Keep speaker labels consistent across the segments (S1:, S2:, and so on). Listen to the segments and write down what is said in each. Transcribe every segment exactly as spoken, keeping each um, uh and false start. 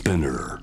S1: Spinner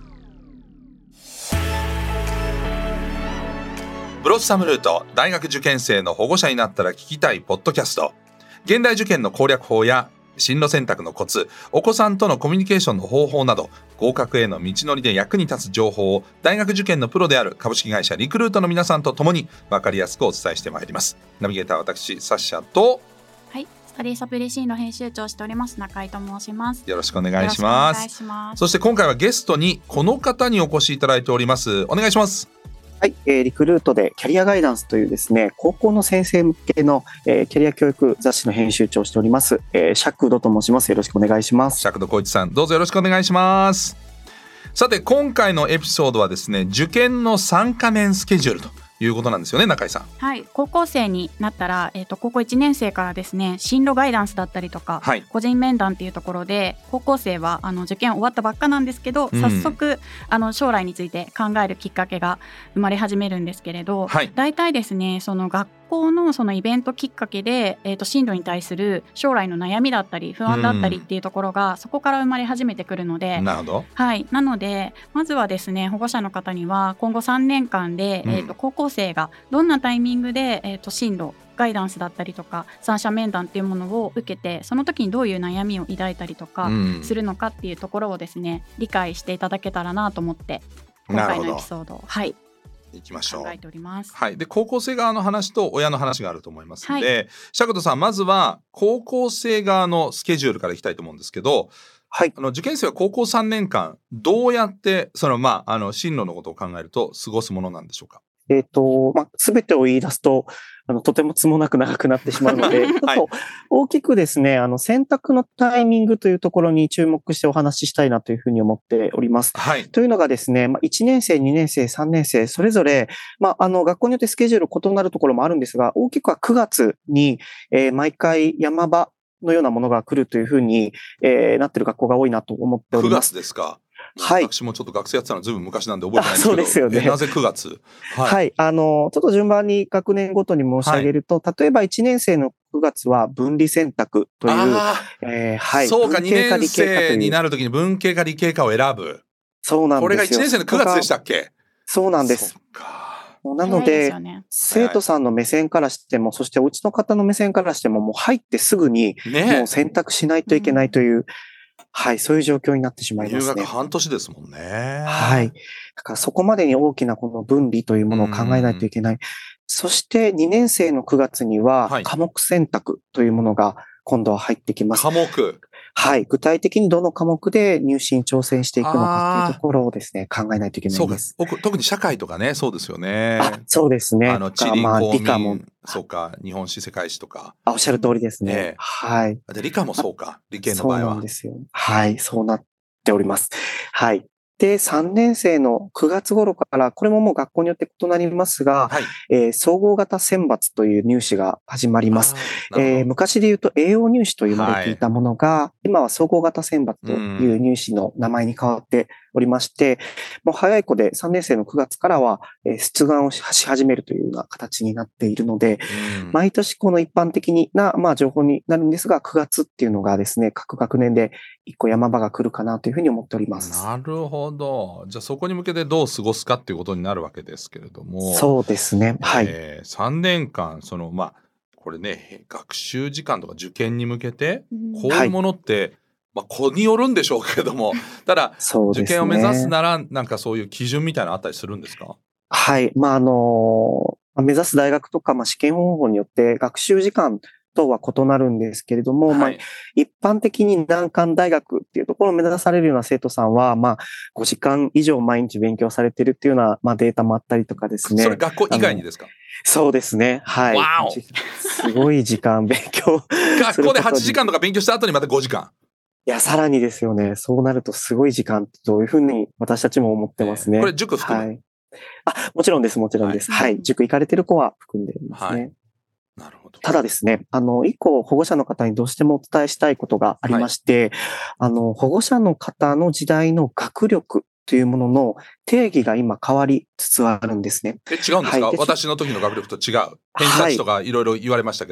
S2: ブロッサムルート、大学受験生の保護者になったら聞きたいポッドキャスト。現代受験の攻略法や進路選択のコツ、お子さんとのコミュニケーションの方法など、合格への道のりで役に立つ情報を大学受験のプロである株式会社リクルートの皆さんと共に分かりやすくお伝えしてまいります。ナビゲーターは私サッシャと、
S3: はい、スタディサプリシーの編集長をしております中井と申します。
S2: よろしくお願いします。
S3: よろしくお願いします。
S2: そして今回はゲストにこの方にお越しいただいております。お願いします。
S4: はい、えー、リクルートでキャリアガイダンスというですね、高校の先生向けの、えー、キャリア教育雑誌の編集長をしております、えー、シャクドと申します。よろしくお願いします。
S2: シャクド浩一さん、どうぞよろしくお願いします。さて今回のエピソードはですね、受験のさんかねんスケジュールということなんですよね、中井さん。
S3: はい、高校生になったら、えーと、高校いちねん生からですね、進路ガイダンスだったりとか、はい、個人面談っていうところで、高校生はあの受験終わったばっかなんですけど、うん、早速あの将来について考えるきっかけが生まれ始めるんですけれど、はい、大体ですね、その学校のそのイベントきっかけで、えーと、進路に対する将来の悩みだったり不安だったりっていうところが、うん、そこから生まれ始めてくるので、
S2: なるほど、
S3: はい、なのでまずはですね、保護者の方には今後さんねんかんで、うんえーと、高校生がどんなタイミングで、えーと、進路ガイダンスだったりとか三者面談っていうものを受けて、その時にどういう悩みを抱いたりとかするのかっていうところをですね、理解していただけたらなと思って今回のエピソードを、はい、
S2: いきましょう。
S3: 考えております。
S2: はい、で高校生側の話と親の話があると思いますので、はい、シャクトさん、まずは高校生側のスケジュールからいきたいと思うんですけど、はい、あの受験生は高校さんねんかんどうやってその、まあ、あの進路のことを考えると過ごすものなんでしょうか。
S4: えっと、まあ、全てを言い出すと、あの、とてもつもなく長くなってしまうので、はい、ちょっと大きくですね、あの、選択のタイミングというところに注目してお話ししたいなというふうに思っております。はい、というのがですね、まあ、いちねん生、にねん生、さんねん生、それぞれ、まあ、あの、学校によってスケジュール異なるところもあるんですが、大きくはくがつに、えー、毎回山場のようなものが来るというふうに、えー、なっている学校が多いなと思っております。
S2: くがつですか。
S4: はい。
S2: 私もちょっと学生やってたのずいぶん昔なんで覚えてないんですけど。
S4: そうですよね。
S2: なぜくがつ？
S4: はい、はい。あの、ちょっと順番に学年ごとに申し上げると、はい、例えばいちねん生のくがつは分離選択という、
S2: えー、はい。そうか、にねん生になるときに文系か理系かを選ぶ。
S4: そうなんですよ。
S2: これがいちねん生のくがつでしたっけ？
S4: そうなんです。
S2: そうか。
S4: なので、ね、生徒さんの目線からしても、そしてお家の方の目線からしても、もう入ってすぐに、もう選択しないといけないという、ね、はい、そういう状況になってしまいますね。
S2: 入学半年ですもんね。
S4: はい。だからそこまでに大きなこの分離というものを考えないといけない。そしてにねん生のくがつには科目選択というものが今度は入ってきます。
S2: 科目。
S4: はい。具体的にどの科目で入試に挑戦していくのかというところをですね、考えないといけないです。
S2: そうか。特に社会とかね、そうですよね。
S4: あ、そうですね。
S2: あの、地理、公民、そうか、日本史、世界史とか。
S4: あ、おっしゃる通りですね。
S2: ね、
S4: はい。
S2: で、理科もそうか、理系の場合は。
S4: そうなんですよ。はい、そうなっております。はい。で、さんねん生のくがつ頃から、これももう学校によって異なりますが、はい、えー、総合型選抜という入試が始まります。えー、昔で言うと栄養入試と呼ばれていたものが、はい、今は総合型選抜という入試の名前に変わっておりまして、もう早い子でさんねん生のくがつからは、えー、出願をし始めるというような形になっているので、毎年この一般的な、まあ、情報になるんですが、くがつっていうのがですね、各学年で一個山場が来るかなというふうに思っております。
S2: なるほど。じゃあそこに向けてどう過ごすかっていうことになるわけですけれども。
S4: そうですね。はい。
S2: えー、さんねんかん、その、まあ、これね、学習時間とか受験に向けて、こういうものって、はい、まあ、子によるんでしょうけれども、ただ、受験を目指すなら、なんかそういう基準みたいなのあったりするんですか？
S4: はい。まあ、あのー、目指す大学とか、まあ、試験方法によって学習時間とは異なるんですけれども、はい、まあ、一般的に難関大学っていうところを目指されるような生徒さんは、まあ、ごじかん以上毎日勉強されてるっていうような、まあ、データもあったりとかですね。
S2: それ学校以外にですか？
S4: そうですね。はい。
S2: わお。
S4: すごい時間勉強。
S2: 学校ではちじかんとか勉強した後にまたごじかん。
S4: いや、さらにですよね。そうなるとすごい時間というふうに私たちも思ってますね。
S2: これ塾含む？
S4: はい。あ、もちろんです、もちろんです。はい。はい、塾行かれてる子は含んでいますね。はい、
S2: なるほど。
S4: ただですね、あの、一個保護者の方にどうしてもお伝えしたいことがありまして、はい、あの、保護者の方の時代の学力というものの定義が今変わりつつあるんですね。
S2: え、違うんですか？はい、私の時の学力と違う。偏差値とかいろいろ言われましたけど。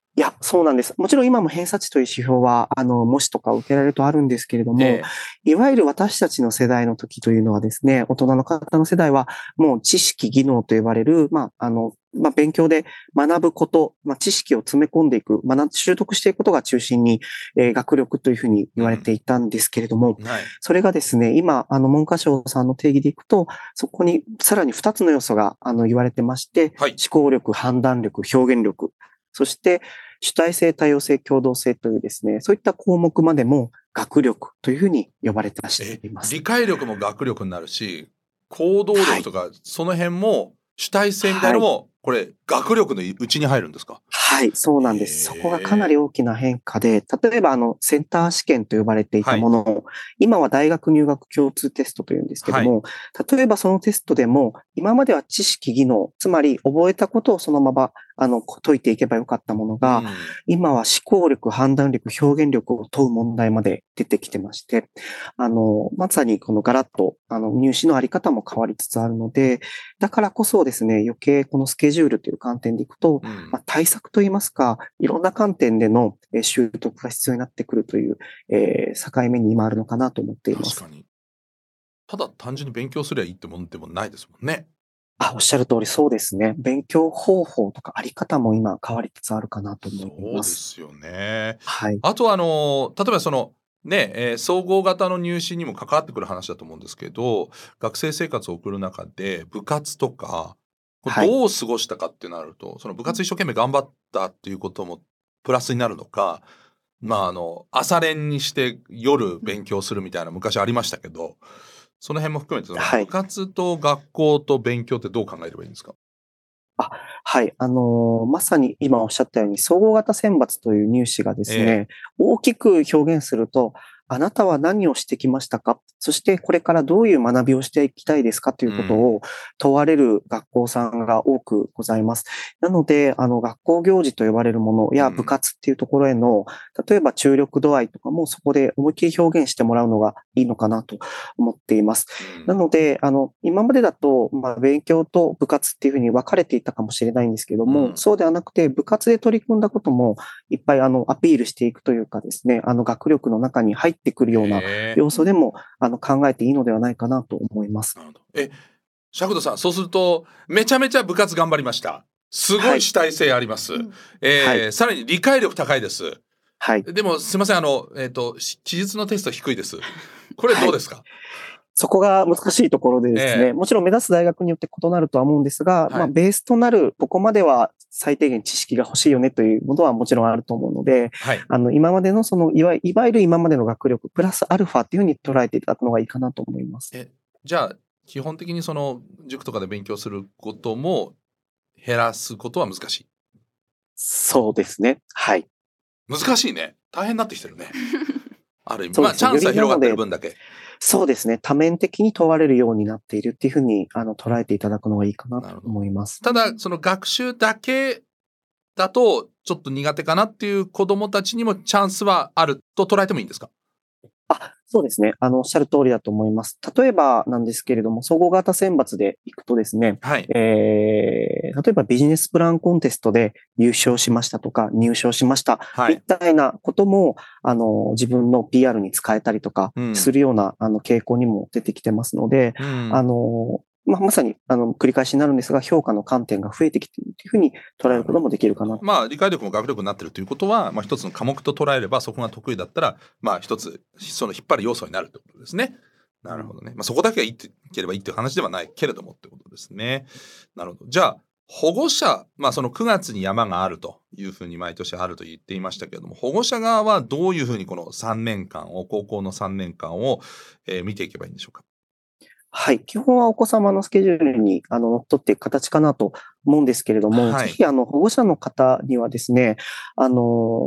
S4: いや、そうなんです。もちろん今も偏差値という指標は、あの、模試とか受けられるとあるんですけれども、ええ、いわゆる私たちの世代の時というのはですね、大人の方の世代は、もう知識、技能と呼ばれる、まあ、あの、まあ、勉強で学ぶこと、まあ、知識を詰め込んでいく、学、習得していくことが中心に、えー、学力というふうに言われていたんですけれども、うん、はい、それがですね、今、あの、文科省さんの定義でいくと、そこにさらにふたつの要素が、あの、言われてまして、はい、思考力、判断力、表現力、そして、主体性、多様性、共同性というですね、そういった項目までも学力というふうに呼ばれています。
S2: 理解力も学力になるし、行動力とか、はい、その辺も主体性みたいなのも、はい、これ学力のうちに入るんですか？
S4: はい、そうなんです。そこがかなり大きな変化で、例えばあの、センター試験と呼ばれていたものを、はい、今は大学入学共通テストというんですけども、はい、例えばそのテストでも、今までは知識、技能、つまり覚えたことをそのまま、あの、解いていけばよかったものが、うん、今は思考力、判断力、表現力を問う問題まで出てきてまして、あの、まさにこのガラッと、あの、入試のあり方も変わりつつあるので、だからこそですね、余計このスケジュールという観点でいくと、うん、まあ、対策といいますか、いろんな観点での習得が必要になってくるという、えー、境目に今あるのかなと思っています。
S2: 確かに。ただ単純に勉強すればいいってもんでもないですもんね。
S4: あ、おっしゃる通りそうですね。勉強方法とかあり方も今変わりつつあるかなと思います。
S2: そうですよね。
S4: はい。
S2: あとはあの、例えばその、ね、えー、総合型の入試にも関わってくる話だと思うんですけど、学生生活を送る中で部活とか、どう過ごしたかってなると、はい、その部活一生懸命頑張ったっていうこともプラスになるのか、まああの、朝練にして夜勉強するみたいな昔ありましたけど、その辺も含めて、部活と学校と勉強ってどう考えればいいんですか？
S4: あ、はい。あのー、まさに今おっしゃったように、総合型選抜という入試がですね、えー、大きく表現すると、あなたは何をしてきましたか？そしてこれからどういう学びをしていきたいですかということを問われる学校さんが多くございます。なので、あの、学校行事と呼ばれるものや部活っていうところへの、例えば注力度合いとかもそこで思いっきり表現してもらうのがいいのかなと思っています。なので、あの、今までだと、まあ、勉強と部活っていうふうに分かれていたかもしれないんですけども、うん、そうではなくて、部活で取り組んだこともいっぱいあの、アピールしていくというかですね、あの、学力の中に入ってくるような要素でも、あの、考えていいのではないかなと思います。
S2: なるほど。え、釈土さん、そうすると、めちゃめちゃ部活頑張りました。すごい主体性あります。はい、えーはい、さらに理解力高いです。はい。でも、すいません、あの、えっと、記述のテスト低いです。これどうですか？はい、
S4: そこが難しいところでですね、えー、もちろん目指す大学によって異なるとは思うんですが、はい、まあ、ベースとなる、ここまでは最低限知識が欲しいよねというものはもちろんあると思うので、はい、あの、今までのその、いわいわゆる今までの学力、プラスアルファっていうふうに捉えていただくのがいいかなと思います。
S2: え、じゃあ、基本的にその、塾とかで勉強することも減らすことは難しい？
S4: そうですね。はい。
S2: 難しいね。大変になってきてるね。ある意味、まあ、チャンスは広がってる分だけ。
S4: そうですね。多面的に問われるようになっているっていうふうに、あの、捉えていただくのがいいかなと思います。
S2: ただ、その学習だけだと、ちょっと苦手かなっていう子供たちにもチャンスはあると捉えてもいいんですか？
S4: あ、そうですね。あの、おっしゃる通りだと思います。例えばなんですけれども、総合型選抜でいくとですね、はい、えー、例えばビジネスプランコンテストで優勝しましたとか、入賞しました、はい、みたいなことも、あの、自分の ピーアール に使えたりとかするような、うん、あの、傾向にも出てきてますので、うん、あの、まあ、まさに、あの、繰り返しになるんですが、評価の観点が増えてきているというふうに捉えることもできるかな。
S2: まあ、理解力も学力になっているということは、まあ、一つの科目と捉えれば、そこが得意だったら、まあ、一つ、その引っ張る要素になるということですね。なるほどね。まあ、そこだけがいいってければいいっていう話ではないけれどもってことですね。なるほど。じゃあ、保護者、まあ、そのくがつに山があるというふうに毎年あると言っていましたけれども、保護者側はどういうふうにこのさんねんかんを、高校のさんねんかんを、えー、見ていけばいいんでしょうか？
S4: はい。基本はお子様のスケジュールに、あの、乗っ取っていく形かなと思うんですけれども、はい、ぜひ、あの、保護者の方にはですね、あの、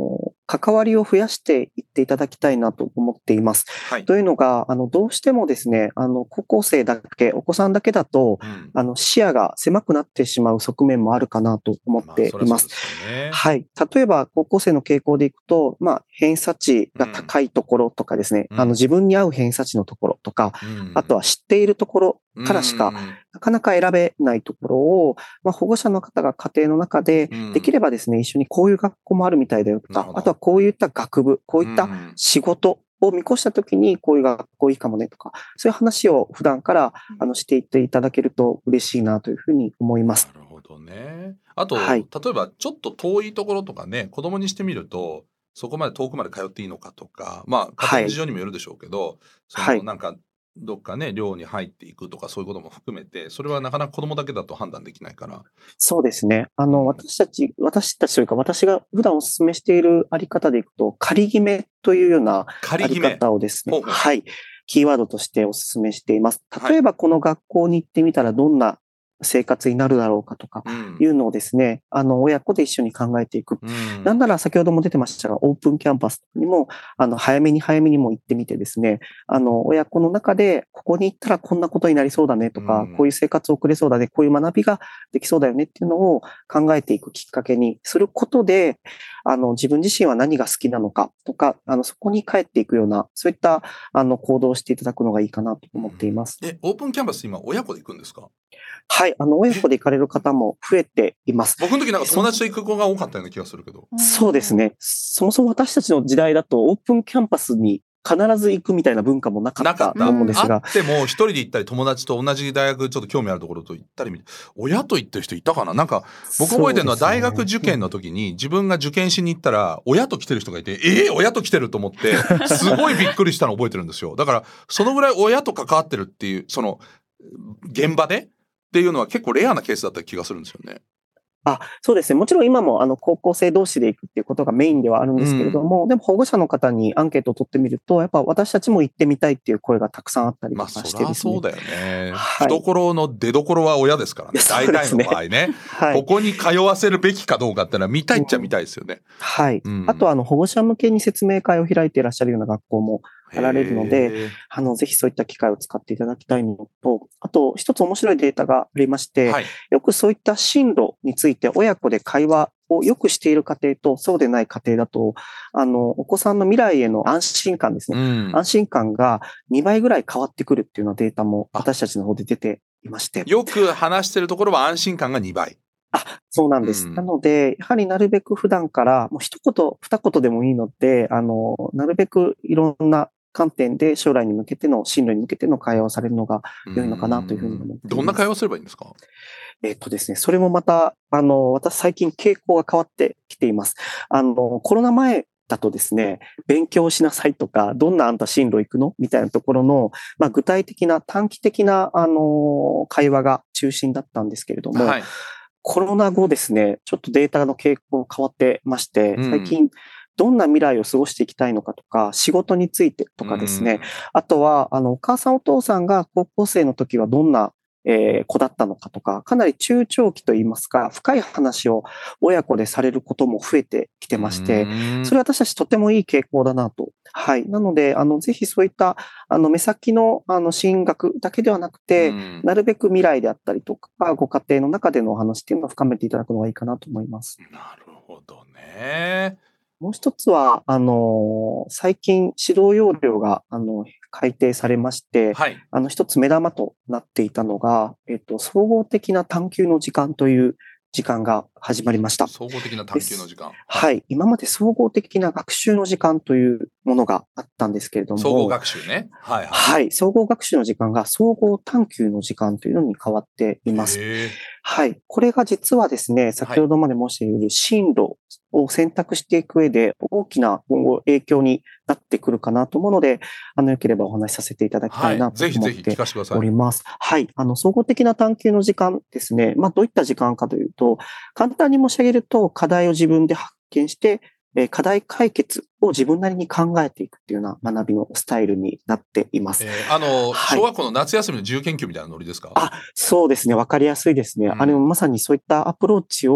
S4: 関わりを増やしていっていただきたいなと思っています。はい、というのが、あの、どうしてもですね、あの、高校生だけ、お子さんだけだと、うん、あの、視野が狭くなってしまう側面もあるかなと思っています。
S2: ね、
S4: はい。例えば、高校生の傾向でいくと、まあ、偏差値が高いところとかですね、うん、あの、自分に合う偏差値のところとか、うん、あとは知っているところからしか、なかなか選べないところを、まあ、保護者の方が家庭の中で、できればですね、一緒にこういう学校もあるみたいだよとか、あとはこういった学部、こういった仕事を見越したときに、こういう学校いいかもねとか、そういう話を普段からあのしていっていただけると嬉しいなというふうに思います。
S2: なるほどね。あと、はい、例えばちょっと遠いところとかね、子供にしてみると、そこまで遠くまで通っていいのかとか、まあ、家庭の事情にもよるでしょうけど、はい、そのなんか、どっかね、寮に入っていくとかそういうことも含めて、それはなかなか子供だけだと判断できないから。
S4: そうですね。あの、うん、私たち、私たちというか、私が普段お勧めしているあり方でいくと、仮決めというようなあり方をですね、ほうほう、はい、キーワードとしてお勧めしています。例えば、この学校に行ってみたらどんな生活になるだろうかとかいうのをですね、うん、あの、親子で一緒に考えていく。うん、なんなら先ほども出てましたが、オープンキャンパスにも、あの、早めに早めにも行ってみてですね、あの、親子の中で、ここに行ったらこんなことになりそうだねとか、うん、こういう生活を送れそうだね、こういう学びができそうだよねっていうのを考えていくきっかけにすることで、あの、自分自身は何が好きなのかとか、あの、そこに帰っていくような、そういった、あの、行動をしていただくのがいいかなと思っています。
S2: うん、え、オープンキャンパス今、親子で行くんですか？
S4: はい、あの、親子で行かれる方も増えています。
S2: 僕の時なんか友達と行く子が多かったような気がするけど。
S4: そうですね。そもそも私たちの時代だと、オープンキャンパスに必ず行くみたいな文化もなかったと思うんですが。
S2: あっても、一人で行ったり、友達と同じ大学、ちょっと興味あるところと行ったり、親と行ってる人いたかな？なんか、僕覚えてるのは大学受験の時に、自分が受験しに行ったら、親と来てる人がいて、えー、親と来てると思って、すごいびっくりしたの覚えてるんですよ。だから、そのぐらい親と関わってるっていう、その、現場でっていうのは結構レアなケースだった気がするんですよね。
S4: あ、そうですね。もちろん今もあの高校生同士で行くっていうことがメインではあるんですけれども、うん、でも保護者の方にアンケートを取ってみると、やっぱ私たちも行ってみたいっていう声がたくさんあったりとかしてですね。まあ、
S2: そりゃそうだよね。はい、懐の出所は親ですからね。大体の場合ね。はい、ここに通わせるべきかどうかっていうのは見たいっちゃ見たいですよね。うん、
S4: はい。うん、あとあの保護者向けに説明会を開いていらっしゃるような学校もあられるので、あの、ぜひそういった機会を使っていただきたいのと、あと、一つ面白いデータがありまして、はい、よくそういった進路について親子で会話をよくしている家庭とそうでない家庭だと、あの、お子さんの未来への安心感ですね。うん、安心感がにばいぐらい変わってくるっていうようなデータも私たちの方で出ていまして。
S2: よく話しているところは安心感がにばい。
S4: あ、そうなんです。うん、なので、やはりなるべく普段から、もう一言、二言でもいいので、あの、なるべくいろんな観点で将来に向けての、進路に向けての会話をされるのが良いのかなというふうに思っています。
S2: どんな会話をすればいいんですか？
S4: えっとですね、それもまた、あの、私最近傾向が変わってきています。あの、コロナ前だとですね、勉強しなさいとか、どんなあんた進路行くのみたいなところの、まあ、具体的な短期的な、あの、会話が中心だったんですけれども、はい、コロナ後ですね、ちょっとデータの傾向変わってまして、最近、うんどんな未来を過ごしていきたいのかとか、仕事についてとかですね。あとは、あの、お母さんお父さんが高校生の時はどんな、えー、子だったのかとか、かなり中長期といいますか、深い話を親子でされることも増えてきてまして、それ私たちとてもいい傾向だなと。はい。なので、あの、ぜひそういった、あの、目先の、あの、進学だけではなくて、なるべく未来であったりとか、ご家庭の中でのお話っていうのを深めていただくのがいいかなと思います。
S2: なるほどね。
S4: もう一つは、あの、最近指導要領が、あの、改定されまして、はい、あの、一つ目玉となっていたのが、えっと、総合的な探究の時間という時間が始まりました。
S2: 総合的な探究の時間。
S4: はい。今まで総合的な学習の時間というものがあったんですけれども。
S2: 総合学習ね。はい、はい。
S4: はい。総合学習の時間が総合探究の時間というのに変わっています。はい。これが実はですね、先ほどまで申している進路を選択していく上で大きな今後影響になってくるかなと思うので、あの、よければお話しさせていただきたいなと思っております。はい、ぜひぜひ聞かせてください。おります。はい。あの、総合的な探究の時間ですね。まあ、どういった時間かというと、簡単に申し上げると、課題を自分で発見して、課題解決を自分なりに考えていくっていうような学びのスタイルになっています。
S2: えー、あの、はい、小学校の夏休みの自由研究みたいなノリですか？
S4: あ、そうですね。わかりやすいですね。うん、あれもまさにそういったアプローチを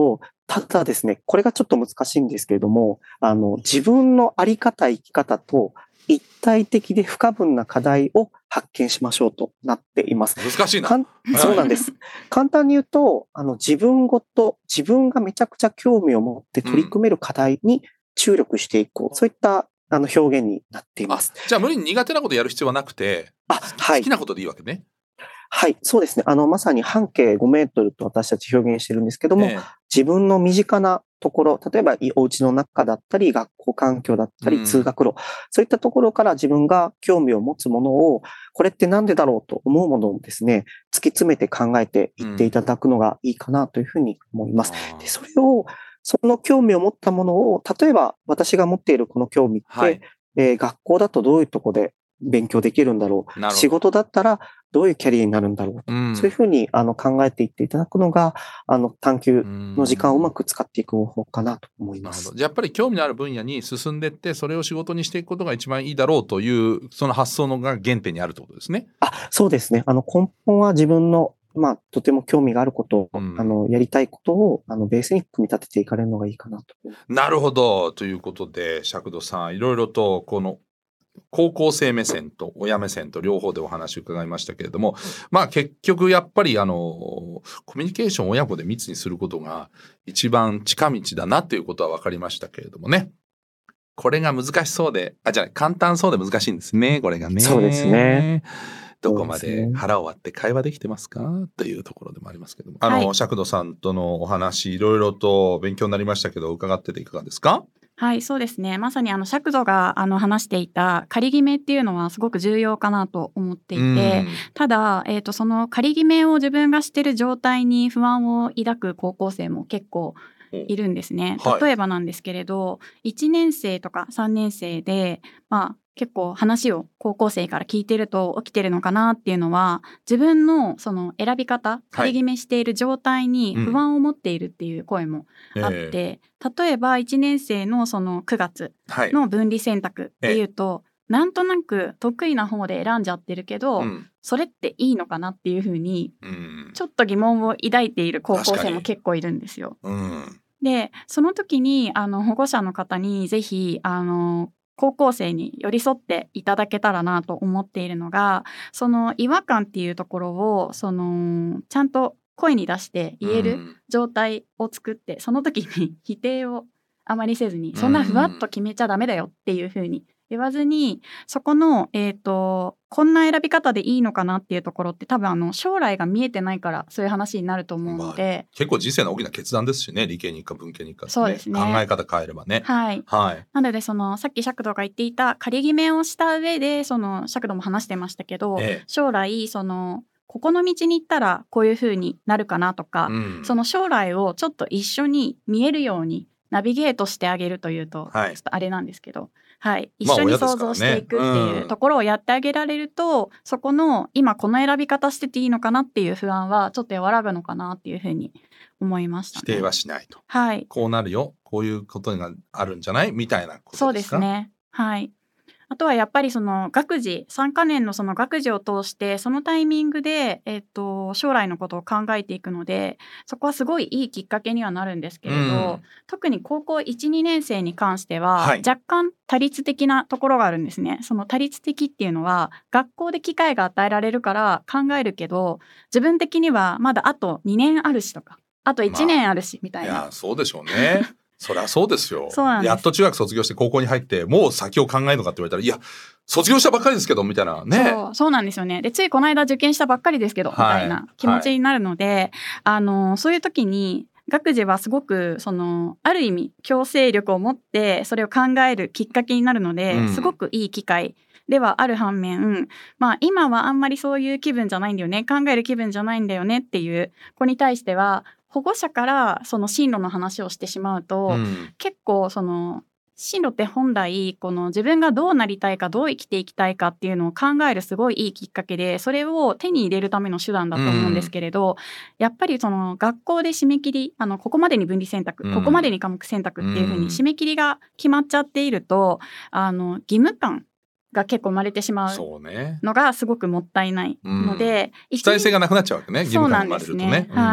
S4: ただですね、これがちょっと難しいんですけれども、あの、自分のあり方、生き方と一体的で不可分な課題を発見しましょうとなっています。
S2: 難しいな。
S4: そうなんです。簡単に言うと、あの、自分ごと、自分がめちゃくちゃ興味を持って取り組める課題に注力していこう。うん、そういったあの表現になっています。
S2: じゃあ無理に苦手なことやる必要はなくて、あ、はい、好きなことでいいわけね。
S4: はい、そうですね。あの、まさに半径ごメートルと私たち表現してるんですけども、えー、自分の身近なところ、例えばお家の中だったり、学校環境だったり、通学路、うん、そういったところから自分が興味を持つものを、これってなんでだろうと思うものをですね、突き詰めて考えていっていただくのがいいかなというふうに思います。うん、で、それを、その興味を持ったものを、例えば私が持っているこの興味って、はい、えー、学校だとどういうところで勉強できるんだろう。仕事だったらどういうキャリアになるんだろう。うん、そういうふうにあの考えていっていただくのが、あの探求の時間をうまく使っていく方法かなと思います。
S2: なるほど。じゃあやっぱり興味のある分野に進んでいって、それを仕事にしていくことが一番いいだろうという、その発想のが原点にあるってことですね。
S4: あ、そうですね。あの根本は自分のまあ、とても興味があることを、うん、あの、やりたいことを、あの、ベースに組み立てていかれるのがいいかなと。
S2: なるほど。ということで、釈土さん、いろいろと、この、高校生目線と親目線と両方でお話を伺いましたけれども、まあ結局やっぱりあのコミュニケーションを親子で密にすることが一番近道だなということは分かりましたけれどもね。これが難しそうで、あ、じゃあ簡単そうで難しいんですね、これがね。
S4: そうですね。
S2: どこまで腹を割って会話できてますかというところでもありますけども、あの、はい、釈土さんとのお話いろいろと勉強になりましたけど、伺ってていかがですか？
S3: はい、そうですね。まさにあの釈土があの話していた仮決めっていうのはすごく重要かなと思っていて、ただ、えーと、その仮決めを自分がしている状態に不安を抱く高校生も結構いるんですね。例えばなんですけれど、はい、いちねん生とかさんねん生で、まあ結構話を高校生から聞いてると起きてるのかなっていうのは、自分のその選び方、仮決めしている状態に不安を持っているっていう声もあって、うんえー、例えばいちねん生のそのくがつの分離選択っていうと、はい、なんとなく得意な方で選んじゃってるけど、うん、それっていいのかなっていうふうに、うん、ちょっと疑問を抱いている高校生も結構いるんですよ。うん、で、その時にあの保護者の方にぜひあの高校生に寄り添っていただけたらなと思っているのが、その違和感っていうところをそのちゃんと声に出して言える状態を作って、うん、その時に否定をあまりせずに、そんなふわっと決めちゃダメだよっていう風に言わずに、そこの、えーと、こんな選び方でいいのかなっていうところって多分あの将来が見えてないからそういう話になると思うので、
S2: まあ、結構人生の大きな決断ですしね、理系に行くか文系に行くか、ね、
S3: そうですね、
S2: 考え方変えればね。
S3: はい、はい、なのでそのさっき釈土が言っていた仮決めをした上で、その釈土も話してましたけど、ええ、将来そのここの道に行ったらこういう風になるかなとか、うん、その将来をちょっと一緒に見えるようにナビゲートしてあげるというと、はい、ちょっとあれなんですけど、はい、一緒に想像していくっていうところをやってあげられると、まあね、うん、そこの今この選び方してていいのかなっていう不安はちょっと和らぐのかなっていうふうに思いましたね。
S2: 否定はしないと、
S3: はい、
S2: こうなるよ、こういうことがあるんじゃないみたいなことですか？
S3: そうですね、はい。あとはやっぱりその学時さんかねんのその学時を通してそのタイミングで、えっと、将来のことを考えていくので、そこはすごいいいきっかけにはなるんですけれど、うん、特に高校いち、にねん生に関しては、はい、若干多律的なところがあるんですね。その多律的っていうのは学校で機会が与えられるから考えるけど、自分的にはまだあとにねんあるしとか、あといちねんあるしみたいな、まあ、
S2: いやそうでしょうねそりゃそうですよ。やっと中学卒業して高校に入ってもう先を考えるのかって言われたら、いや卒業したばっかりですけどみたいなね。
S3: そう、そうなんですよね。でついこの間受験したばっかりですけど、はい、みたいな気持ちになるので、はい、あのそういう時に学時はすごくそのある意味強制力を持ってそれを考えるきっかけになるので、うん、すごくいい機会ではある反面、まあ、今はあんまりそういう気分じゃないんだよね、考える気分じゃないんだよねっていう子に対しては、保護者からその進路の話をしてしまうと、うん、結構その進路って本来この自分がどうなりたいかどう生きていきたいかっていうのを考えるすごいいいきっかけで、それを手に入れるための手段だと思うんですけれど、うん、やっぱりその学校で締め切り、あのここまでに分離選択、うん、ここまでに科目選択っていう風に締め切りが決まっちゃっていると、あの義務感が結構生まれてしまうのがすごくもったいないので、
S2: 主体性がなくなっちゃうわけね、義務感が生まれるとね。
S3: そうなんですね、うん、はい。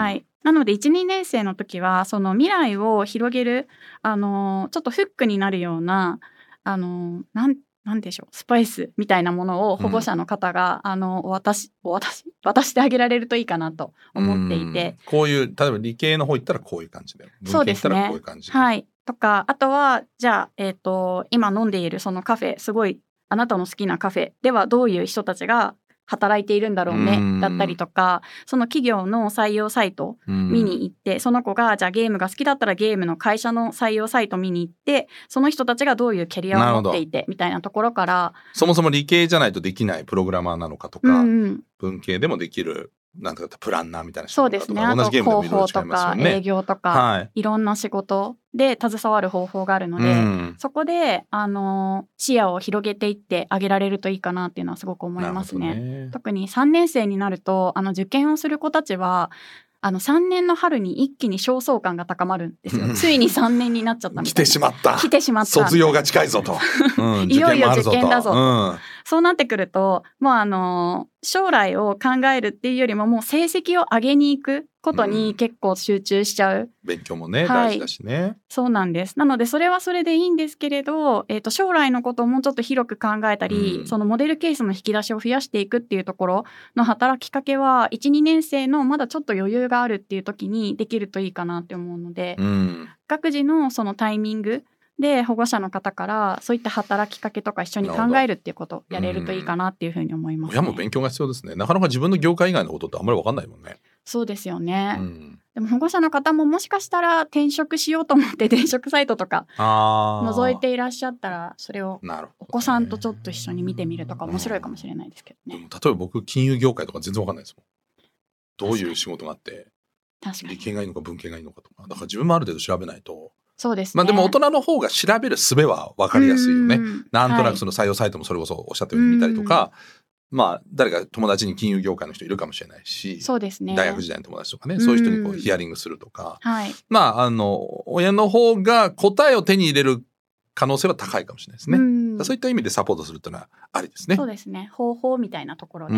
S3: なのでいち、にねん生の時はその未来を広げるあのちょっとフックになるようなあのなんなんでしょうスパイスみたいなものを保護者の方が、うん、あのお渡しお渡し渡してあげられるといいかなと思っていて、
S2: こういう例えば理系の方行ったらこういう感じで、
S3: そうですね、
S2: こういう感じ
S3: はいとか、あとはじゃあ、えーと、今飲んでいるそのカフェすごいあなたの好きなカフェではどういう人たちが働いているんだろうねだったりとか、その企業の採用サイト見に行って、その子がじゃあゲームが好きだったらゲームの会社の採用サイト見に行って、その人たちがどういうキャリアを持っていてみたいなところから、
S2: そもそも理系じゃないとできないプログラマーなのかとか、うんうん、文系でもできるなんかプランナーみたいな人
S3: そうですね、あと広報とか営業とか、はい、いろんな仕事で携わる方法があるので、うん、そこであの視野を広げていってあげられるといいかなっていうのはすごく思いますね。ね、特にさんねん生になるとあの受験をする子たちはあのさんねんの春に一気に焦燥感が高まるんですよ。ついにさんねんになっちゃったみたいな。
S2: 来てしまった
S3: 来てしまった
S2: 卒業が近いぞと、
S3: うん、いよいよ受験だぞと、うん、そうなってくるともうあの将来を考えるっていうよりももう成績を上げに行くことに結構集中しちゃう、うん、
S2: 勉強もね、はい、大事だしね。
S3: そうなんです。なのでそれはそれでいいんですけれど、えーと、将来のことをもうちょっと広く考えたり、うん、そのモデルケースの引き出しを増やしていくっていうところの働きかけはいち、にねん生のまだちょっと余裕があるっていう時にできるといいかなって思うので、うん、学時のそのタイミングで保護者の方からそういった働きかけとか一緒に考えるっていうことをやれるといいかなっていうふうに思いますね。
S2: 親も勉強が必要ですね。なかなか自分の業界以外のことってあんまり分かんないもんね。
S3: そうですよね、うん、でも保護者の方ももしかしたら転職しようと思って転職サイトとか覗いていらっしゃったらそれをお子さんとちょっと一緒に見てみるとか面白いかもしれないですけどね、うん、
S2: でも例えば僕金融業界とか全然分かんないですもん。どういう仕事があって理系がいいのか文系がいいのかとか、だから自分もある程度調べないと。
S3: そうですね、
S2: まあ、でも大人の方が調べる術は分かりやすいよね。なんとなくその採用サイトもそれこそおっしゃったように見たりとか、まあ誰か友達に金融業界の人いるかもしれないし、
S3: そうですね、
S2: 大学時代の友達とかね、そういう人にこうヒアリングするとか、はい、まああの親の方が答えを手に入れる可能性は高いかもしれないですね。うん、そういった意味でサポートするっていうのはありですね。
S3: そうですね、方法みたいなところで。
S2: うん、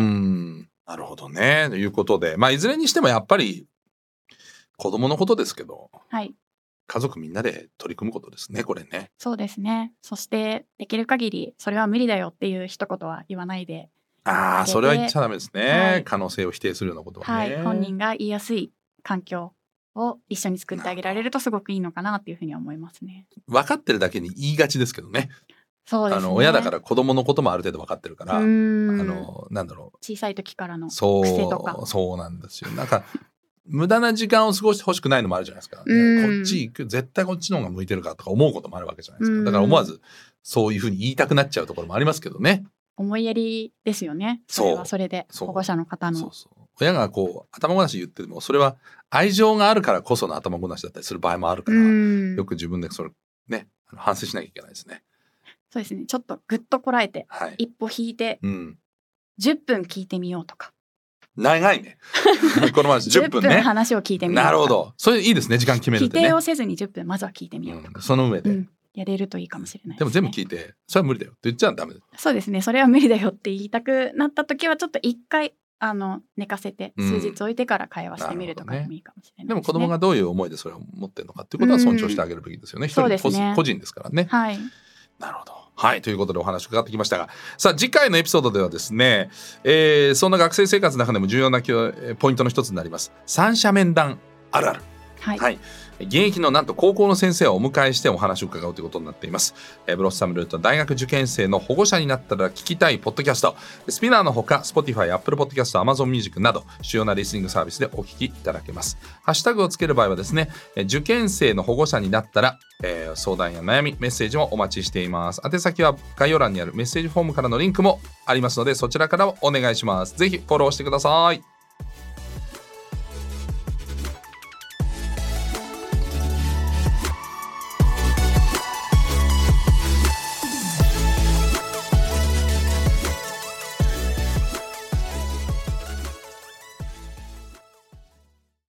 S2: なるほどね。ということで、まあいずれにしてもやっぱり子供のことですけど、はい、家族みんなで取り組むことですね、これね。
S3: そうですね。そしてできる限りそれは無理だよっていう一言は言わないで。
S2: ああ、それは言っちゃダメですね、はい、可能性を否定するようなことはね、
S3: はい、本人が言いやすい環境を一緒に作ってあげられるとすごくいいのかなっていうふうには思いますね。
S2: 分かってるだけに言いがちですけどね。
S3: そうですね、
S2: あの親だから子供のこともある程度分かってるから、あのなんだろう、
S3: 小さい時からの癖とか。
S2: そう、そうなんですよ。なんか無駄な時間を過ごしてほしくないのもあるじゃないですか、ね、こっち行く絶対こっちの方が向いてるかとか思うこともあるわけじゃないですか。だから思わずそういうふうに言いたくなっちゃうところもありますけどね。
S3: 思いやりですよね。それはそれで保護者の方の。
S2: そうそう、親がこう頭ごなし言ってもそれは愛情があるからこその頭ごなしだったりする場合もあるから、よく自分でそれね反省しなきゃいけないですね。
S3: そうですね、ちょっとぐっとこらえて、はい、一歩引いて、うん、じゅっぷん聞いてみようとか。
S2: 長いねこのままじゅっぷんね
S3: じゅっぷん話を聞いてみようとか。
S2: なるほど、それいいですね、時間決めるってね。
S3: 否定をせずにじゅっぷんまずは聞いてみようとか、
S2: うん、その上で、うん、
S3: やれるといいかもしれないですね。
S2: でも全部聞いてそれは無理だよって言っちゃダメだ。
S3: そうですね、それは無理だよって言いたくなった時はちょっと一回あの寝かせて数日置いてから会話してみるとかでもいいかもしれないですね。
S2: でも子供がどういう思いでそれを持ってるのかっていうことは尊重してあげるべきですよね。一、うん、人、ね、個人ですからね。
S3: はい。
S2: なるほど。はい、ということでお話伺ってきましたが、さあ次回のエピソードではですね、えー、そんな学生生活の中でも重要なポイントの一つになります三者面談あるある。はい、はい、現役のなんと高校の先生をお迎えしてお話を伺うということになっています。えー、ブロッサムルート大学受験生の保護者になったら聞きたいポッドキャスト、スピナーのほか Spotify、Apple Podcast、Amazon Music など主要なリスニングサービスでお聞きいただけます。ハッシュタグをつける場合はですね、受験生の保護者になったら、えー、相談や悩みメッセージもお待ちしています。宛先は概要欄にあるメッセージフォームからのリンクもありますので、そちらからお願いします。ぜひフォローしてください。